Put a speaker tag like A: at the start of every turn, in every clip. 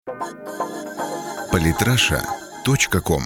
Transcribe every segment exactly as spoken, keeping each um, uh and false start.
A: политраша точка ком.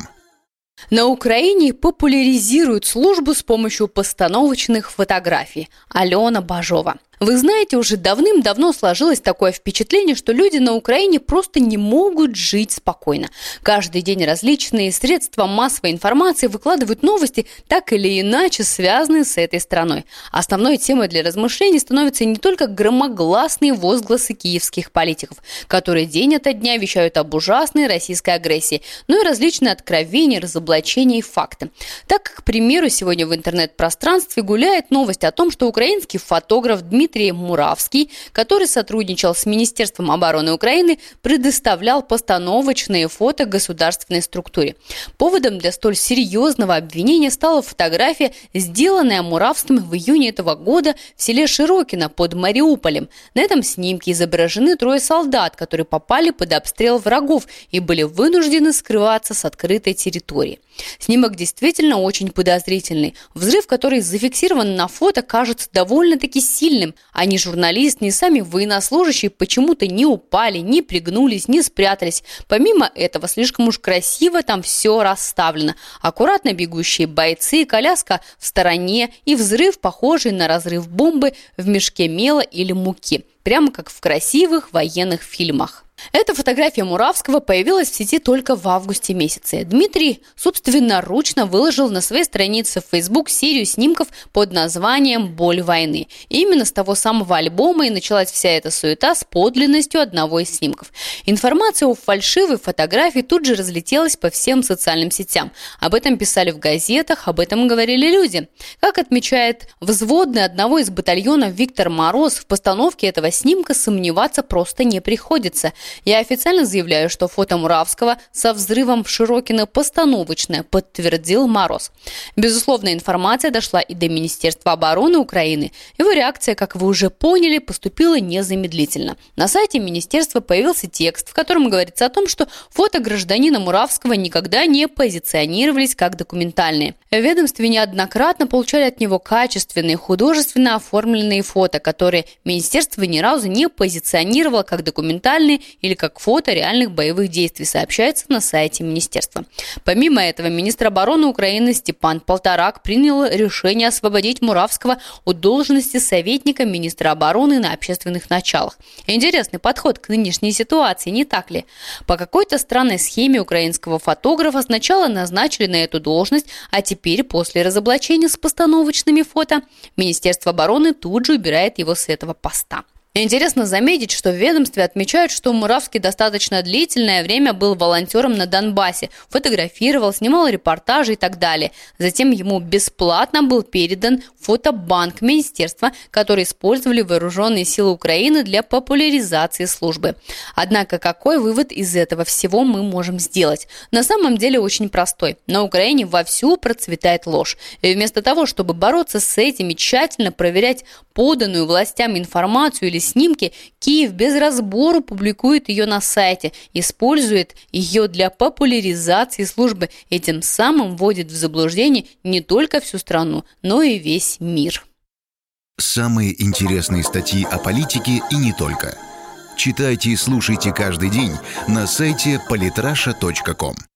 B: На Украине популяризируют службу с помощью постановочных фотографий. Алена Бажова. Вы знаете, уже давным-давно сложилось такое впечатление, что люди на Украине просто не могут жить спокойно. Каждый день различные средства массовой информации выкладывают новости, так или иначе связанные с этой страной. Основной темой для размышлений становятся не только громогласные возгласы киевских политиков, которые день ото дня вещают об ужасной российской агрессии, но и различные откровения, разоблачения и факты. Так, к примеру, сегодня в интернет-пространстве гуляет новость о том, что украинский фотограф Дмитрий Дмитрий Муравский, который сотрудничал с Министерством обороны Украины, предоставлял постановочные фото государственной структуре. Поводом для столь серьезного обвинения стала фотография, сделанная Муравским в июне этого года в селе Широкино под Мариуполем. На этом снимке изображены трое солдат, которые попали под обстрел врагов и были вынуждены скрываться с открытой территории. Снимок действительно очень подозрительный. Взрыв, который зафиксирован на фото, кажется довольно-таки сильным, а ни журналист, ни сами военнослужащие почему-то не упали, не пригнулись, не спрятались. Помимо этого, слишком уж красиво там все расставлено. Аккуратно бегущие бойцы, коляска в стороне и взрыв, похожий на разрыв бомбы в мешке мела или муки. Прямо как в красивых военных фильмах. Эта фотография Муравского появилась в сети только в августе месяце. Дмитрий собственноручно выложил на своей странице в Facebook серию снимков под названием «Боль войны». И именно с того самого альбома и началась вся эта суета с подлинностью одного из снимков. Информация о фальшивой фотографии тут же разлетелась по всем социальным сетям. Об этом писали в газетах, об этом говорили люди. Как отмечает взводный одного из батальонов Виктор Мороз, в постановке этого снимка сомневаться просто не приходится. Я официально заявляю, что фото Муравского со взрывом в Широкино постановочное, подтвердил Мороз. Безусловно, информация дошла и до Министерства обороны Украины. Его реакция, как вы уже поняли, поступила незамедлительно. На сайте министерства появился текст, в котором говорится о том, что фото гражданина Муравского никогда не позиционировались как документальные. В ведомстве неоднократно получали от него качественные, художественно оформленные фото, которые министерство ни разу не позиционировало как документальные или как фото реальных боевых действий, сообщается на сайте министерства. Помимо этого, министр обороны Украины Степан Полторак принял решение освободить Муравского от должности советника министра обороны на общественных началах. Интересный подход к нынешней ситуации, не так ли? По какой-то странной схеме украинского фотографа сначала назначили на эту должность, а теперь, после разоблачения с постановочными фото, Министерство обороны тут же убирает его с этого поста. Интересно заметить, что в ведомстве отмечают, что Муравский достаточно длительное время был волонтером на Донбассе, фотографировал, снимал репортажи и так далее. Затем ему бесплатно был передан фотобанк министерства, который использовали вооруженные силы Украины для популяризации службы. Однако какой вывод из этого всего мы можем сделать? На самом деле очень простой. На Украине вовсю процветает ложь. И вместо того, чтобы бороться с этим и тщательно проверять поданную властям информацию или снимки, Киев без разбору публикует ее на сайте, использует ее для популяризации службы и тем самым вводит в заблуждение не только всю страну, но и весь мир.
A: Самые интересные статьи о политике и не только. Читайте и слушайте каждый день на сайте политраша точка ком.